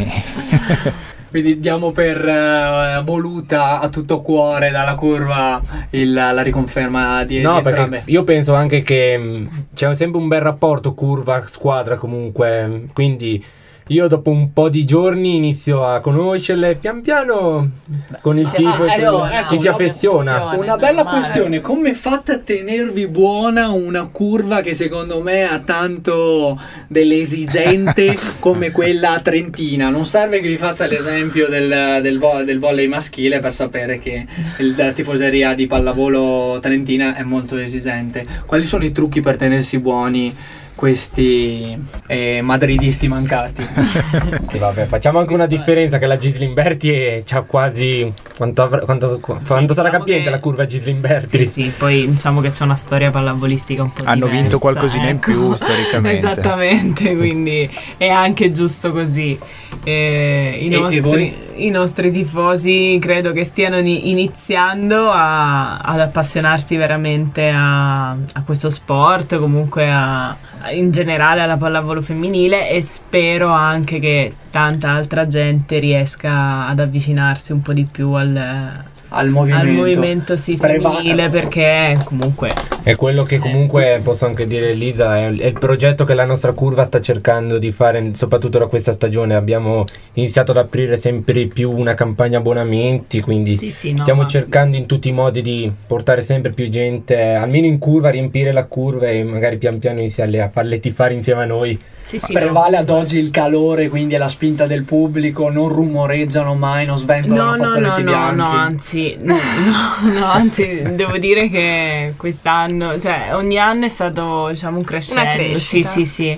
Speaker 2: Quindi diamo per uh, voluta a tutto cuore dalla curva il, la riconferma di,
Speaker 3: no,
Speaker 2: di
Speaker 3: perché
Speaker 2: entrambe.
Speaker 3: Io penso anche che mh, c'è sempre un bel rapporto curva-squadra comunque, quindi io dopo un po' di giorni inizio a conoscerle pian piano con il tifo
Speaker 6: ah,
Speaker 3: ci
Speaker 6: ecco,
Speaker 3: si affeziona.
Speaker 2: Una bella questione, come fate a tenervi buona una curva che secondo me ha tanto delle esigenze come quella trentina? Non serve che vi faccia l'esempio del, del, vo- del volley maschile per sapere che il, la tifoseria di pallavolo trentina è molto esigente. Quali sono i trucchi per tenersi buoni questi eh, madridisti mancati?
Speaker 3: Sì, vabbè, facciamo anche una differenza che la Gislimberti c'ha quasi quanto, avrà, quanto, quanto
Speaker 6: sì,
Speaker 3: sarà
Speaker 6: diciamo
Speaker 3: capiente
Speaker 6: che...
Speaker 3: la curva Gislimberti.
Speaker 6: Sì, sì, poi diciamo che c'è una storia pallavolistica un po'
Speaker 5: hanno
Speaker 6: diversa,
Speaker 5: vinto qualcosina
Speaker 6: ecco.
Speaker 5: in più storicamente.
Speaker 6: Esattamente, quindi è anche giusto così. Eh, i,
Speaker 2: e,
Speaker 6: nostri,
Speaker 2: e voi?
Speaker 6: i nostri tifosi credo che stiano ni- iniziando a, ad appassionarsi veramente a, a questo sport, comunque a, in generale alla pallavolo femminile, e spero anche che tanta altra gente riesca ad avvicinarsi un po' di più al,
Speaker 2: al movimento,
Speaker 6: al movimento sì, femminile, perché comunque
Speaker 3: è quello che comunque posso anche dire, Elisa, è, è il progetto che la nostra curva sta cercando di fare soprattutto da questa stagione. Abbiamo iniziato ad aprire sempre più una campagna abbonamenti, quindi
Speaker 6: sì, sì, no,
Speaker 3: stiamo
Speaker 6: ma...
Speaker 3: cercando in tutti i modi di portare sempre più gente almeno in curva, a riempire la curva e magari pian piano iniziare a farle tifare insieme a noi.
Speaker 6: Sì, sì,
Speaker 2: prevale
Speaker 6: no.
Speaker 2: ad oggi il calore, quindi è la spinta del pubblico, non rumoreggiano mai, non sventolano
Speaker 6: no,
Speaker 2: fazzoletti
Speaker 6: no, no,
Speaker 2: bianchi.
Speaker 6: no, anzi, no, no, no, anzi, devo dire che quest'anno, cioè ogni anno è stato, diciamo, un crescendo.
Speaker 4: Una crescita.
Speaker 6: Sì, sì, sì.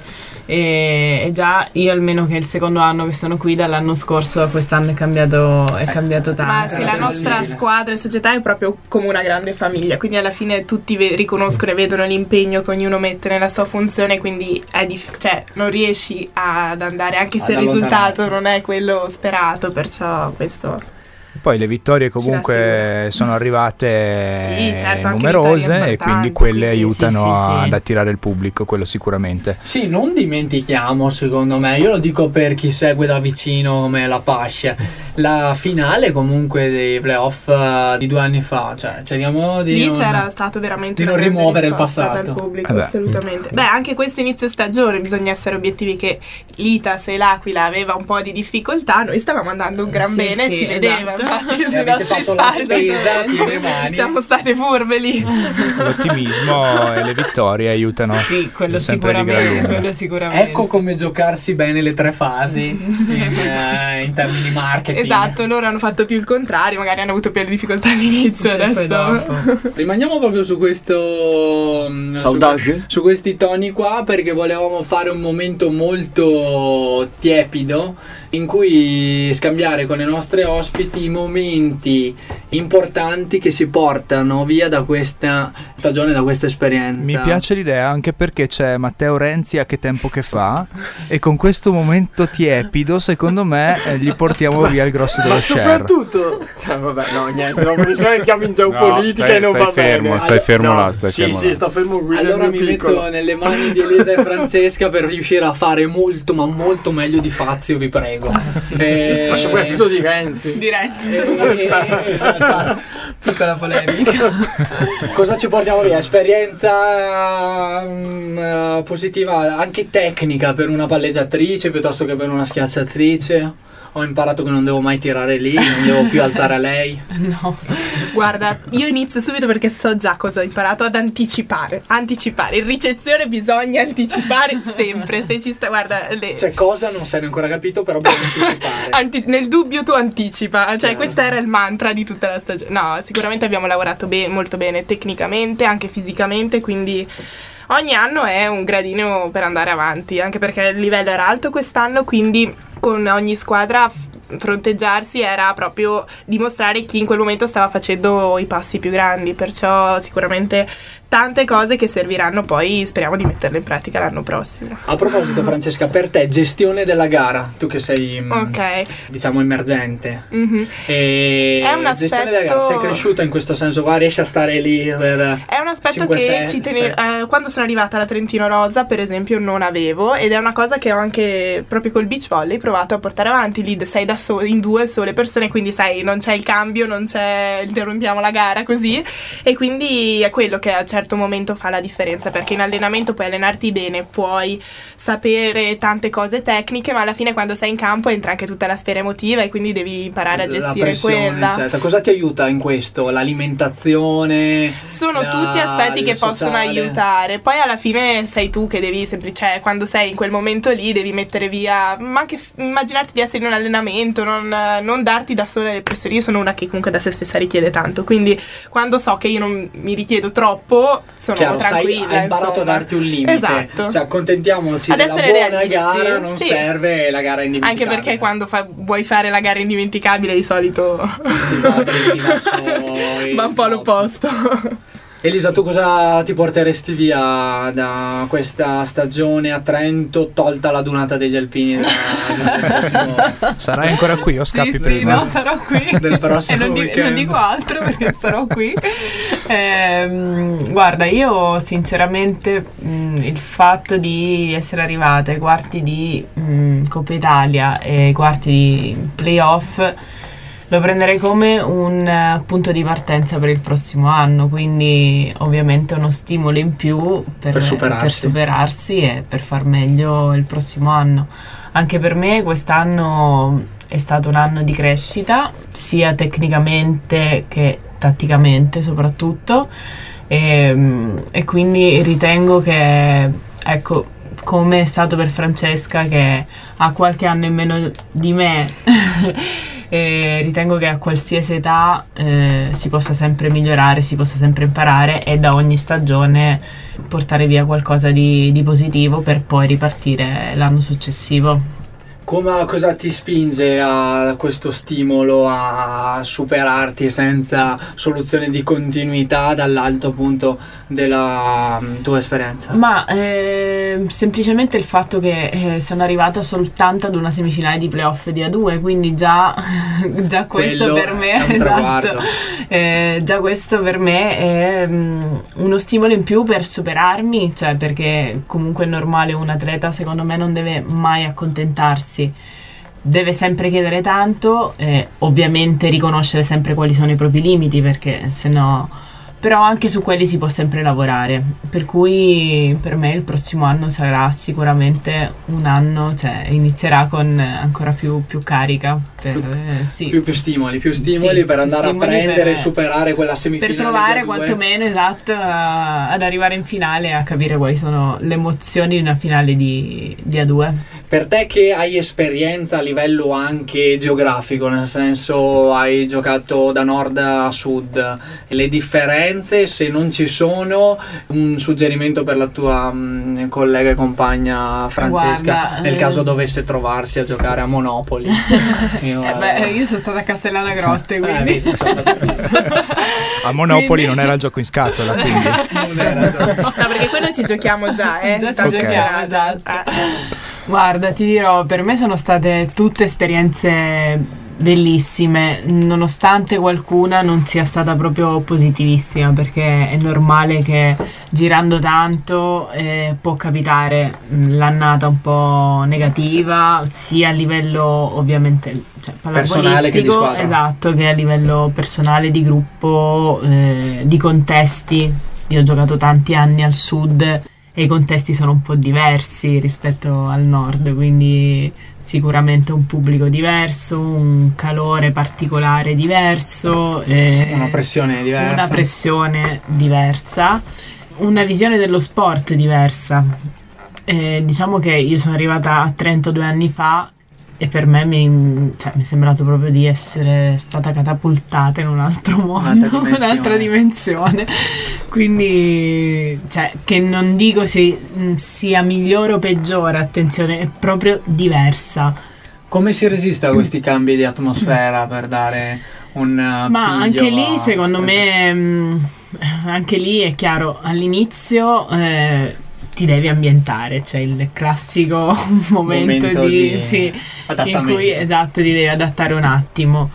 Speaker 6: e, e già io almeno che è il secondo anno che sono qui, dall'anno scorso a quest'anno è cambiato, è cambiato tanto.
Speaker 4: Ma sì, la nostra squadra e società è proprio come una grande famiglia, quindi alla fine tutti ve- riconoscono e vedono l'impegno che ognuno mette nella sua funzione, quindi è dif- cioè, non riesci ad andare, anche se il risultato non è quello sperato, perciò questo...
Speaker 5: Poi le vittorie comunque sono arrivate
Speaker 4: sì, certo,
Speaker 5: numerose e quindi quelle
Speaker 6: quindi,
Speaker 5: aiutano
Speaker 6: sì, sì,
Speaker 5: ad
Speaker 6: sì.
Speaker 5: attirare il pubblico, quello sicuramente.
Speaker 2: Sì, non dimentichiamo, secondo me, io lo dico per chi segue da vicino come la Pasce, la finale comunque dei playoff uh, di due anni fa, cioè cerchiamo di
Speaker 4: lì
Speaker 2: non,
Speaker 4: c'era stato veramente
Speaker 2: di
Speaker 4: una
Speaker 2: non
Speaker 4: grande
Speaker 2: rimuovere il
Speaker 4: risposta
Speaker 2: passato.
Speaker 4: dal pubblico,
Speaker 5: Eh beh.
Speaker 4: assolutamente. Beh, anche questo inizio stagione bisogna essere obiettivi che l'Itas e l'Aquila aveva un po' di difficoltà, noi stavamo andando un gran
Speaker 6: Sì,
Speaker 4: bene,
Speaker 6: sì,
Speaker 4: si vedeva,
Speaker 6: esatto.
Speaker 4: infatti,
Speaker 2: E
Speaker 4: sui
Speaker 2: avete
Speaker 4: nostri
Speaker 2: fatto la
Speaker 4: spalti.
Speaker 2: spesa piene mani.
Speaker 4: Siamo state furbe lì.
Speaker 5: L'ottimismo e le vittorie aiutano
Speaker 6: Sì, quello
Speaker 5: sempre di gran
Speaker 6: sicuramente,
Speaker 5: lunga.
Speaker 6: quello sicuramente.
Speaker 2: Ecco come giocarsi bene le tre fasi in, eh, in termini di marketing.
Speaker 4: Esatto, loro hanno fatto più il contrario, magari hanno avuto più difficoltà all'inizio,
Speaker 6: E poi
Speaker 4: adesso
Speaker 6: dopo.
Speaker 2: Rimaniamo proprio su questo mm,
Speaker 7: Saudade?
Speaker 2: su, su questi toni qua, perché volevamo fare un momento molto tiepido in cui scambiare con le nostre ospiti i momenti importanti che si portano via da questa stagione, da questa esperienza.
Speaker 5: Mi piace l'idea anche perché c'è Matteo Renzi a Che tempo che fa e con questo momento tiepido secondo me eh, gli portiamo via il grosso dello
Speaker 7: Ma
Speaker 5: share.
Speaker 7: soprattutto, cioè vabbè, no, niente, no, perché sennò entriamo in geopolitica
Speaker 8: stai-
Speaker 7: e non
Speaker 8: stai
Speaker 7: va
Speaker 8: fermo,
Speaker 7: bene.
Speaker 8: stai fermo
Speaker 7: no,
Speaker 8: là, stai
Speaker 7: sì,
Speaker 8: fermo
Speaker 7: sì,
Speaker 8: là.
Speaker 7: sto fermo qui nel
Speaker 2: Allora
Speaker 7: mio
Speaker 2: mi
Speaker 7: piccolo.
Speaker 2: metto nelle mani di Elisa e Francesca per riuscire a fare molto ma molto meglio di Fazio, vi prego. Eh,
Speaker 7: Ma soprattutto di Renzi.
Speaker 4: diretti.
Speaker 2: eh, esatto.
Speaker 4: Piccola polemica.
Speaker 2: Cosa ci portiamo via? Esperienza mm, eh, positiva, anche tecnica per una palleggiatrice piuttosto che per una schiacciatrice. Ho imparato che non devo mai tirare lì, non devo più alzare a lei.
Speaker 6: No.
Speaker 4: Guarda, io inizio subito perché so già cosa ho imparato, ad anticipare. Anticipare. In ricezione bisogna anticipare sempre. Se ci sta, guarda, le...
Speaker 2: Cioè, cosa non se ne è ancora capito, però bisogna anticipare.
Speaker 4: Anti- nel dubbio tu anticipa, cioè
Speaker 2: Chiaro.
Speaker 4: questo era il mantra di tutta la stagione. No, sicuramente abbiamo lavorato be- molto bene tecnicamente, anche fisicamente, quindi ogni anno è un gradino per andare avanti, anche perché il livello era alto quest'anno, quindi con ogni squadra f- fronteggiarsi era proprio dimostrare chi in quel momento stava facendo i passi più grandi, perciò sicuramente tante cose che serviranno poi, speriamo di metterle in pratica l'anno prossimo.
Speaker 2: A proposito, Francesca, per te gestione della gara, tu che sei mm,
Speaker 4: Ok.
Speaker 2: diciamo emergente,
Speaker 4: Mhm.
Speaker 2: e
Speaker 4: È un
Speaker 2: gestione della gara,
Speaker 4: aspetto-
Speaker 2: sei cresciuta in questo senso qua, riesci a stare lì per
Speaker 4: È un aspetto
Speaker 2: cinque,
Speaker 4: che
Speaker 2: sei,
Speaker 4: ci tene-
Speaker 2: sette.
Speaker 4: eh, quando sono arrivata alla Trentino Rosa, per esempio, non avevo, ed è una cosa che ho anche proprio col beach volley provato a portare avanti. Lì sei da solo, in due sole persone, quindi sai, non c'è il cambio, non c'è interrompiamo la gara così, e quindi è quello che a un certo momento fa la differenza, perché in allenamento puoi allenarti bene, puoi sapere tante cose tecniche, ma alla fine quando sei in campo entra anche tutta la sfera emotiva e quindi devi imparare a
Speaker 2: la
Speaker 4: gestire
Speaker 2: pressione,
Speaker 4: quella.
Speaker 2: eccetera. Cosa ti aiuta in questo? L'alimentazione?
Speaker 4: Sono
Speaker 2: la-
Speaker 4: tutti aspetti che
Speaker 2: il
Speaker 4: possono
Speaker 2: sociale?
Speaker 4: aiutare. Poi alla fine sei tu che devi sempre, cioè quando sei in quel momento lì devi mettere via, ma anche f- immaginarti di essere in un allenamento, non, non darti da sola le pressioni. Io sono una che comunque da se stessa richiede tanto, quindi quando so che io non mi richiedo troppo sono
Speaker 2: Chiaro, sai,
Speaker 4: tranquilla.
Speaker 2: hai imparato
Speaker 4: insomma.
Speaker 2: a darti un limite.
Speaker 4: Esatto.
Speaker 2: Cioè, accontentiamoci
Speaker 4: Ad
Speaker 2: della
Speaker 4: essere
Speaker 2: buona
Speaker 4: realisti,
Speaker 2: gara, non
Speaker 4: sì.
Speaker 2: serve la gara
Speaker 4: Anche
Speaker 2: indimenticabile.
Speaker 4: perché quando fa- vuoi fare la gara indimenticabile di solito
Speaker 2: si va dritti verso il
Speaker 4: va un po'
Speaker 2: top.
Speaker 4: all'opposto.
Speaker 2: Elisa, tu cosa ti porteresti via da questa stagione a Trento, tolta la dunata degli Alpini da- del prossimo,
Speaker 5: Sarai ancora qui o scappi
Speaker 6: Sì, sì,
Speaker 5: prima?
Speaker 6: no, sarò qui.
Speaker 2: del
Speaker 6: E
Speaker 2: prossimo
Speaker 6: non, di-
Speaker 2: weekend?
Speaker 6: non dico altro perché sarò qui. Ehm, guarda, io sinceramente mh, il fatto di essere arrivata ai quarti di mh, Coppa Italia e ai quarti di playoff lo prenderei come un eh, punto di partenza per il prossimo anno, quindi ovviamente uno stimolo in più per,
Speaker 2: Per superarsi.
Speaker 6: per superarsi e per far meglio il prossimo anno. Anche per me quest'anno è stato un anno di crescita, sia tecnicamente che tatticamente soprattutto, e, e quindi ritengo che, ecco, come è stato per Francesca che ha qualche anno in meno di me e ritengo che a qualsiasi età eh, si possa sempre migliorare, si possa sempre imparare e da ogni stagione portare via qualcosa di, di positivo per poi ripartire l'anno successivo.
Speaker 2: Come, cosa ti spinge a questo stimolo a superarti senza soluzione di continuità dall'alto punto della um, tua esperienza?
Speaker 6: Ma eh, semplicemente il fatto che eh, sono arrivata soltanto ad una semifinale di playoff di A due, quindi già, già questo
Speaker 2: Quello
Speaker 6: per me
Speaker 2: è un
Speaker 6: esatto,
Speaker 2: traguardo.
Speaker 6: eh, già questo per me è um, uno stimolo in più per superarmi, cioè perché comunque è normale, un atleta secondo me non deve mai accontentarsi, deve sempre chiedere tanto, eh, ovviamente riconoscere sempre quali sono i propri limiti, perché se no, però anche su quelli si può sempre lavorare, per cui per me il prossimo anno sarà sicuramente un anno, cioè inizierà con ancora più, più carica per,
Speaker 2: più,
Speaker 6: eh, sì.
Speaker 2: più, più stimoli più stimoli
Speaker 6: Sì,
Speaker 2: per andare
Speaker 6: stimoli
Speaker 2: a prendere
Speaker 6: per-
Speaker 2: e superare quella semifinale
Speaker 6: per provare
Speaker 2: di A due.
Speaker 6: quantomeno esatto a- ad arrivare in finale e a capire quali sono le emozioni di una finale di, di A due.
Speaker 2: Per te che hai esperienza a livello anche geografico, nel senso hai giocato da nord a sud, le differenze, se non ci sono, un suggerimento per la tua mh, collega e compagna Francesca,
Speaker 6: Guarda,
Speaker 2: nel
Speaker 6: eh,
Speaker 2: caso dovesse trovarsi a giocare a Monopoli. Io,
Speaker 6: Eh beh, io sono stata a Castellana Grotte,
Speaker 2: eh,
Speaker 6: quindi
Speaker 2: vedi, sono andato così.
Speaker 5: A Monopoli
Speaker 6: Quindi-
Speaker 5: non era il gioco in scatola, quindi
Speaker 2: Non era già-
Speaker 4: No, perché quello ci giochiamo già, eh.
Speaker 6: Già ci
Speaker 4: Tante
Speaker 6: giochiamo,
Speaker 4: serate.
Speaker 6: esatto.
Speaker 4: Eh.
Speaker 6: Guarda, ti dirò, per me sono state tutte esperienze bellissime, nonostante qualcuna non sia stata proprio positivissima, perché è normale che girando tanto eh, può capitare mh, l'annata un po' negativa, sia a livello ovviamente cioè,
Speaker 2: Personale che di
Speaker 6: pallavolistico,
Speaker 2: squadra.
Speaker 6: esatto, che a livello personale, di gruppo, eh, di contesti. Io ho giocato tanti anni al sud e i contesti sono un po' diversi rispetto al nord, quindi sicuramente un pubblico diverso, un calore particolare diverso, eh,
Speaker 2: Una pressione diversa.
Speaker 6: una pressione diversa, una visione dello sport diversa. Eh, diciamo che io sono arrivata a Trento due anni fa e per me mi, cioè, mi è sembrato proprio di essere stata catapultata in un altro mondo,
Speaker 2: Un'altra dimensione.
Speaker 6: un'altra dimensione. Quindi, cioè, che non dico se mh, sia migliore o peggiore, attenzione, è proprio diversa.
Speaker 2: Come si resiste a questi cambi di atmosfera per dare un uh,
Speaker 6: Ma
Speaker 2: piglio
Speaker 6: anche lì,
Speaker 2: a-
Speaker 6: secondo me, mh, anche lì è chiaro, all'inizio eh, ti devi ambientare, c'è il classico momento,
Speaker 2: Momento
Speaker 6: di,
Speaker 2: di
Speaker 6: sì, in
Speaker 2: adattamento.
Speaker 6: cui esatto ti devi adattare un attimo.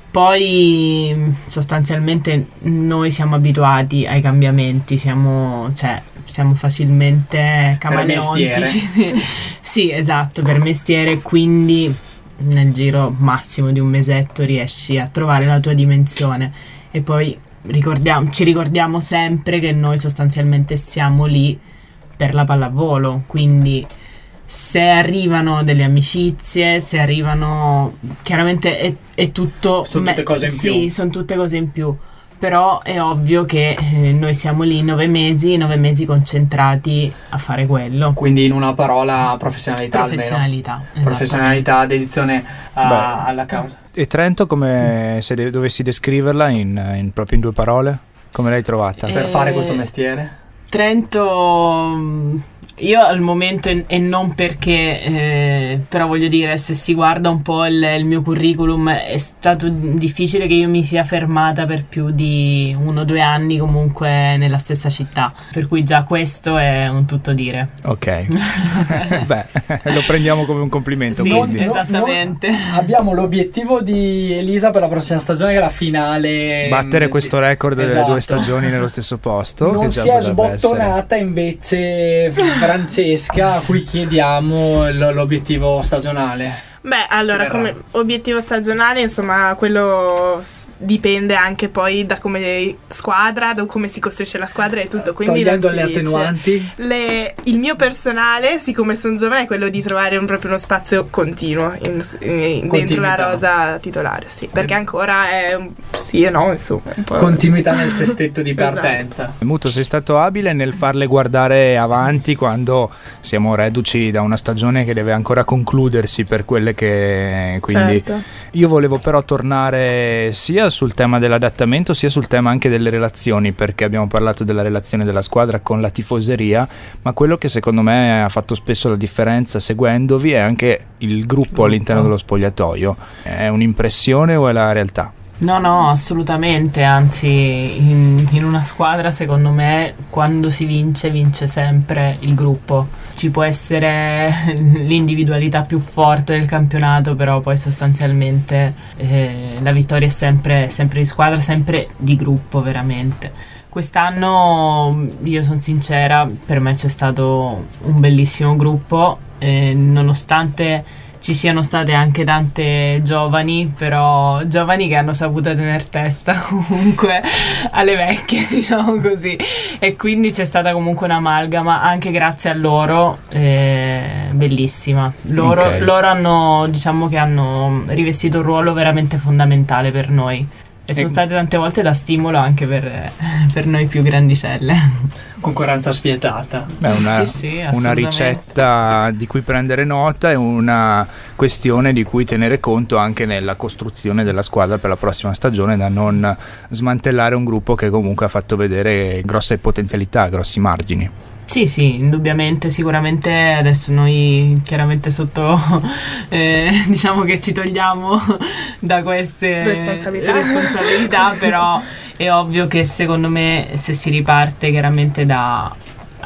Speaker 6: Poi mh, sostanzialmente noi siamo abituati ai cambiamenti, siamo, cioè, siamo facilmente camaleontici.
Speaker 2: mestiere.
Speaker 6: Sì. Sì, esatto, per mestiere, quindi nel giro massimo di un mesetto riesci a trovare la tua dimensione e poi ricordiamo, ci ricordiamo sempre che noi sostanzialmente siamo lì per la pallavolo, quindi se arrivano delle amicizie, se arrivano, chiaramente è, è tutto,
Speaker 2: Sono tutte cose in
Speaker 6: sì,
Speaker 2: più.
Speaker 6: sono tutte cose in più, però è ovvio che eh, noi siamo lì nove mesi, nove mesi concentrati a fare quello.
Speaker 2: Quindi in una parola professionalità, almeno.
Speaker 6: Professionalità.
Speaker 2: Professionalità, dedizione a-
Speaker 5: Beh.
Speaker 2: alla causa.
Speaker 5: E Trento, come se de- dovessi descriverla in, in- proprio in due parole, come l'hai trovata?
Speaker 6: Eh,
Speaker 2: Per fare questo mestiere?
Speaker 6: Trento, mh, io al momento e e non perché, eh, però voglio dire, se si guarda un po' il, il mio curriculum, è stato difficile che io mi sia fermata per più di uno o due anni comunque nella stessa città, per cui già questo è un tutto dire.
Speaker 5: Ok, beh, lo prendiamo come un complimento.
Speaker 6: Sì,
Speaker 5: quindi.
Speaker 6: no, esattamente.
Speaker 2: Abbiamo l'obiettivo di Elisa per la prossima stagione, che è la finale.
Speaker 5: Battere
Speaker 2: mh,
Speaker 5: questo record delle
Speaker 2: esatto.
Speaker 5: due stagioni nello stesso posto.
Speaker 2: Non
Speaker 5: che già
Speaker 2: si è
Speaker 5: potrebbe
Speaker 2: sbottonata invece Francesca, a cui chiediamo l- l'obiettivo stagionale.
Speaker 4: Beh, allora,
Speaker 2: Che
Speaker 4: come
Speaker 2: verrà.
Speaker 4: obiettivo stagionale, insomma, quello s- dipende anche poi da come squadra, da come si costruisce la squadra e tutto. Quindi
Speaker 2: Togliendo
Speaker 4: non
Speaker 2: le
Speaker 4: si dice.
Speaker 2: attenuanti.
Speaker 4: Le- il mio personale, siccome sono giovane, è quello di trovare un, proprio uno spazio continuo in- in- dentro la
Speaker 2: Continuità.
Speaker 4: rosa titolare, sì, perché ancora è un sì e no, insomma, un po'.
Speaker 2: Continuità nel sestetto di
Speaker 4: Esatto.
Speaker 2: partenza.
Speaker 5: Muto, sei stato abile nel farle guardare avanti quando siamo reduci da una stagione che deve ancora concludersi per quelle due, che quindi
Speaker 4: Certo.
Speaker 5: io volevo però tornare sia sul tema dell'adattamento sia sul tema anche delle relazioni, perché abbiamo parlato della relazione della squadra con la tifoseria, ma quello che secondo me ha fatto spesso la differenza seguendovi è anche il gruppo all'interno dello spogliatoio. È un'impressione o è la realtà?
Speaker 6: No, no, assolutamente, anzi in, in una squadra secondo me quando si vince vince sempre il gruppo. Ci può essere l'individualità più forte del campionato, però poi sostanzialmente eh, la vittoria è sempre, sempre di squadra, sempre di gruppo veramente. Quest'anno, io sono sincera, per me c'è stato un bellissimo gruppo, eh, nonostante ci siano state anche tante giovani, però giovani che hanno saputo tenere testa comunque alle vecchie, diciamo così, e quindi c'è stata comunque un'amalgama anche grazie a loro, eh, bellissima. Loro,
Speaker 5: Ok.
Speaker 6: loro hanno, diciamo che hanno rivestito un ruolo veramente fondamentale per noi e sono
Speaker 5: E-
Speaker 6: state tante volte da stimolo anche per, per noi più grandicelle.
Speaker 2: Concorrenza spietata.
Speaker 5: Beh, una,
Speaker 6: Sì, sì,
Speaker 5: una
Speaker 6: assolutamente.
Speaker 5: ricetta di cui prendere nota e una questione di cui tenere conto anche nella costruzione della squadra per la prossima stagione, da non smantellare un gruppo che comunque ha fatto vedere grosse potenzialità, grossi margini.
Speaker 6: Sì, sì, indubbiamente, sicuramente adesso noi chiaramente sotto, eh, diciamo che ci togliamo da queste
Speaker 4: Responsabilità.
Speaker 6: responsabilità, però è ovvio che secondo me se si riparte chiaramente da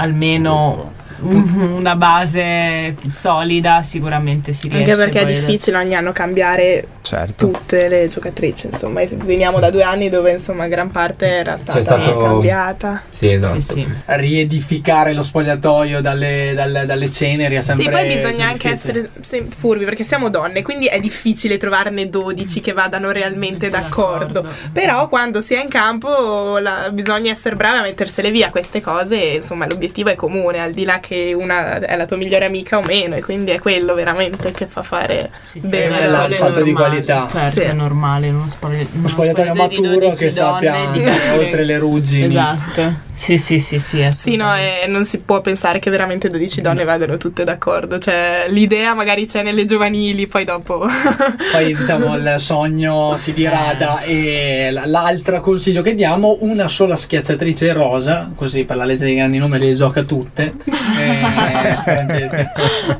Speaker 6: almeno un- una base solida sicuramente si riesce.
Speaker 4: Anche perché è
Speaker 6: poi ad-
Speaker 4: difficile ogni anno cambiare
Speaker 5: Certo.
Speaker 4: tutte le giocatrici, insomma, veniamo da due anni dove insomma gran parte era stata
Speaker 3: C'è stato-
Speaker 4: cambiata.
Speaker 3: Sì, esatto.
Speaker 6: Sì, sì.
Speaker 2: Riedificare lo spogliatoio dalle, dalle, dalle ceneri è sempre
Speaker 4: Sì, poi bisogna anche
Speaker 2: difficile.
Speaker 4: essere sì, furbi perché siamo donne, quindi è difficile trovarne dodici che vadano realmente d'accordo. Però quando si è in campo la- bisogna essere bravi a mettersele via queste cose, e, insomma l'obiettivo è comune, al di là che una è la tua migliore amica o meno, e quindi è quello veramente che fa fare
Speaker 6: Sì, sì,
Speaker 4: bene.
Speaker 2: è
Speaker 6: quello
Speaker 2: il
Speaker 6: è
Speaker 2: salto di
Speaker 6: normale.
Speaker 2: qualità.
Speaker 6: Certo,
Speaker 4: Sì.
Speaker 6: è normale in uno, spogli- in
Speaker 2: Uno spogliatoio maturo che sappia
Speaker 6: di difficile-
Speaker 2: oltre le ruggini.
Speaker 6: Esatto. Sì, sì, sì, sì,
Speaker 4: Sì, no, e non si può pensare che veramente dodici donne vadano tutte d'accordo, cioè l'idea magari c'è nelle giovanili, poi dopo
Speaker 2: Poi diciamo il sogno si dirada, e l- l'altro consiglio che diamo: una sola schiacciatrice rosa, così per la legge dei grandi numeri le gioca tutte. Eh, Francesca.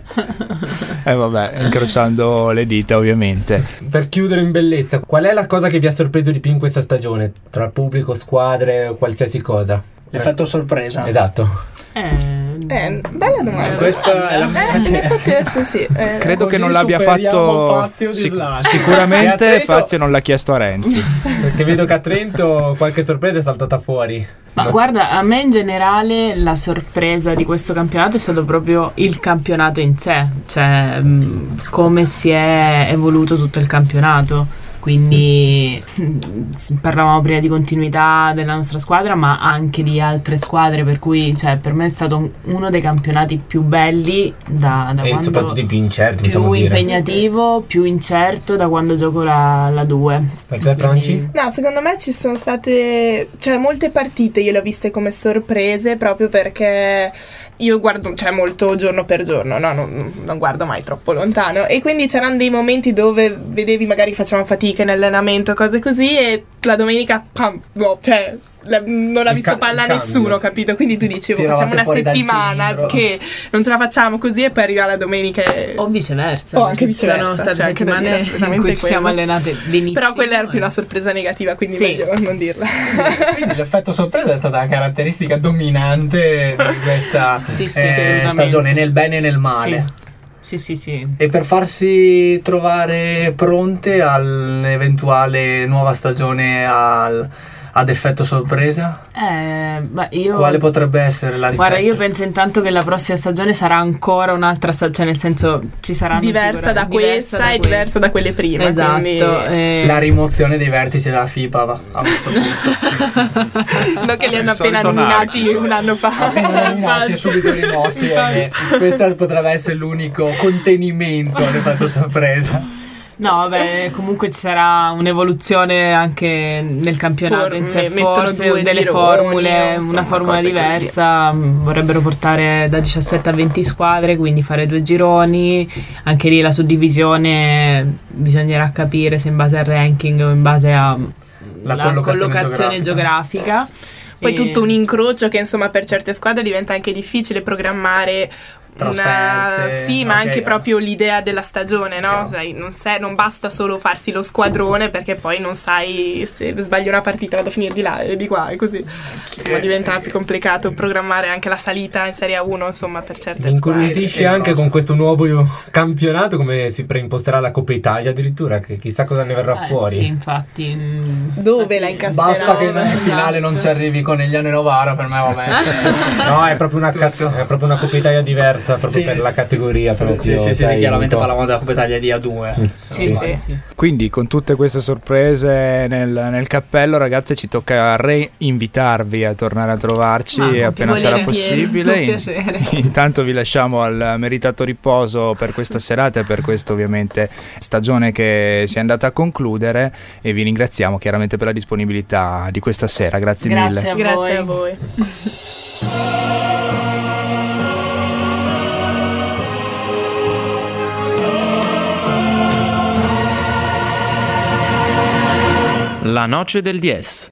Speaker 5: E vabbè, incrociando le dita ovviamente.
Speaker 3: Per chiudere in bellezza, qual è la cosa che vi ha sorpreso di più in questa stagione? Tra pubblico, squadre, qualsiasi cosa.
Speaker 2: L'effetto sorpresa.
Speaker 3: Esatto.
Speaker 6: Eh,
Speaker 4: Eh, bella domanda.
Speaker 2: Eh, questa è la mia.
Speaker 4: Eh, in effetti adesso sì. eh,
Speaker 5: Credo che
Speaker 2: Così
Speaker 5: non l'abbia
Speaker 2: superiamo
Speaker 5: fatto
Speaker 2: Fazio di
Speaker 5: sic-
Speaker 2: Slash.
Speaker 3: E a
Speaker 5: sicuramente
Speaker 3: Trento-
Speaker 5: Fazio non l'ha chiesto a Renzi.
Speaker 3: Perché vedo che a Trento qualche sorpresa è saltata fuori.
Speaker 6: Ma
Speaker 3: No?
Speaker 6: guarda, a me in generale la sorpresa di questo campionato è stato proprio il campionato in sé, cioè mh, come si è evoluto tutto il campionato. Quindi mh, parlavamo prima di continuità della nostra squadra, ma anche di altre squadre, per cui cioè, per me è stato un- uno dei campionati più belli da, da
Speaker 3: E
Speaker 6: quando
Speaker 3: soprattutto i più incerti,
Speaker 6: più
Speaker 3: possiamo dire.
Speaker 6: impegnativo, più incerto da quando gioco la, la due.
Speaker 3: Per te, Franci?
Speaker 4: No, secondo me ci sono state, cioè molte partite io le ho viste come sorprese proprio perché io guardo, cioè molto giorno per giorno, no? non, non guardo mai troppo lontano, e quindi c'erano dei momenti dove vedevi magari facevamo fatica in allenamento, cose così, e la domenica pam, no, cioè la- non ha
Speaker 3: Il
Speaker 4: visto
Speaker 3: ca-
Speaker 4: palla
Speaker 3: il
Speaker 4: nessuno,
Speaker 3: cambio.
Speaker 4: capito? Quindi tu dici, oh,
Speaker 2: Tiravate
Speaker 4: facciamo una
Speaker 2: fuori dal
Speaker 4: settimana
Speaker 2: cilindro.
Speaker 4: che non ce la facciamo così, e poi arriva la domenica e...
Speaker 6: O viceversa.
Speaker 4: O anche
Speaker 6: perché ci sono
Speaker 4: viceversa,
Speaker 6: state
Speaker 4: c'è anche da dire
Speaker 6: settimane in
Speaker 4: assolutamente
Speaker 6: cui ci siamo
Speaker 4: quello.
Speaker 6: allenate benissimo.
Speaker 4: Però quella era più
Speaker 6: eh.
Speaker 4: una sorpresa negativa, quindi
Speaker 6: Sì.
Speaker 4: meglio non dirla.
Speaker 2: Quindi l'effetto sorpresa è stata la caratteristica dominante di questa
Speaker 6: Sì, sì,
Speaker 2: eh,
Speaker 6: assolutamente.
Speaker 2: stagione, nel bene e nel male.
Speaker 6: Sì, sì, sì.
Speaker 2: E per farsi trovare pronte all'eventuale nuova stagione al- ad effetto sorpresa,
Speaker 6: Eh, beh, io...
Speaker 2: quale potrebbe essere la ricetta?
Speaker 6: Guarda, io penso intanto che la prossima stagione sarà ancora un'altra stagione, cioè nel senso ci saranno
Speaker 4: diversa da
Speaker 6: sicuramente-
Speaker 4: questa
Speaker 6: diversa da
Speaker 4: e diversa da quelle prima.
Speaker 6: Esatto.
Speaker 4: quindi-
Speaker 6: eh,
Speaker 2: La rimozione dei vertici della FIFA va, a questo punto.
Speaker 4: non che li hanno
Speaker 5: Il
Speaker 4: appena
Speaker 5: solito
Speaker 4: nominati
Speaker 5: narco.
Speaker 4: un anno fa.
Speaker 2: Appena nominati e subito rimossi, e questo potrebbe essere l'unico contenimento all'effetto sorpresa.
Speaker 6: No, vabbè, comunque ci sarà un'evoluzione anche nel campionato
Speaker 4: For-
Speaker 6: in sé,
Speaker 4: mettono
Speaker 6: forse
Speaker 4: due
Speaker 6: delle
Speaker 4: gironi,
Speaker 6: formule,
Speaker 4: insomma,
Speaker 6: una formula
Speaker 4: cose
Speaker 6: diversa, mh, vorrebbero portare da diciassette a venti squadre, quindi fare due gironi, anche lì la suddivisione bisognerà capire se in base al ranking o in base a
Speaker 2: La
Speaker 6: la
Speaker 2: collocazione
Speaker 6: collocazione geografica.
Speaker 4: Poi
Speaker 6: E-
Speaker 4: tutto un incrocio che insomma per certe squadre diventa anche difficile programmare una...
Speaker 2: Trasferte,
Speaker 4: Sì, ma
Speaker 2: ok,
Speaker 4: anche
Speaker 2: eh.
Speaker 4: proprio l'idea della stagione, no?
Speaker 2: Chiaro.
Speaker 4: Sai, non, sai- non basta solo farsi lo squadrone perché poi non sai se sbagli una partita vado a finire di là e di qua e così. Insomma, diventa più complicato programmare anche la salita in Serie uno, insomma, per certe
Speaker 3: Mi
Speaker 4: squadre.
Speaker 3: incuriosisce anche con questo nuovo campionato come si preimposterà la Coppa Italia addirittura, che chissà cosa ne verrà
Speaker 6: Eh,
Speaker 3: fuori.
Speaker 6: sì, infatti. mh,
Speaker 4: Dove la
Speaker 6: infatti-
Speaker 4: incasserà?
Speaker 2: Basta che
Speaker 4: Esatto.
Speaker 2: nel finale non ci arrivi con Eliane Novara, per me va bene.
Speaker 3: No, è proprio una, cat- è proprio una Coppa Italia diversa proprio
Speaker 2: Sì.
Speaker 3: per la categoria proprio,
Speaker 2: Sì, sì, sì,
Speaker 3: sai,
Speaker 2: chiaramente
Speaker 3: un po'.
Speaker 2: parlavamo della Coppa Italia di A due.
Speaker 4: Sì, sì.
Speaker 5: Quindi con tutte queste sorprese nel, nel cappello, ragazze, ci tocca reinvitarvi a tornare a trovarci
Speaker 6: Ma,
Speaker 5: appena
Speaker 6: volentieri,
Speaker 5: sarà possibile.
Speaker 6: con
Speaker 5: In-
Speaker 6: piacere.
Speaker 5: intanto vi lasciamo al meritato riposo per questa serata e per questa ovviamente stagione che si è andata a concludere, e vi ringraziamo chiaramente per la disponibilità di questa sera. Grazie,
Speaker 6: Grazie
Speaker 5: mille.
Speaker 6: a
Speaker 4: Grazie a
Speaker 6: voi.
Speaker 4: voi.
Speaker 1: La noce del diez.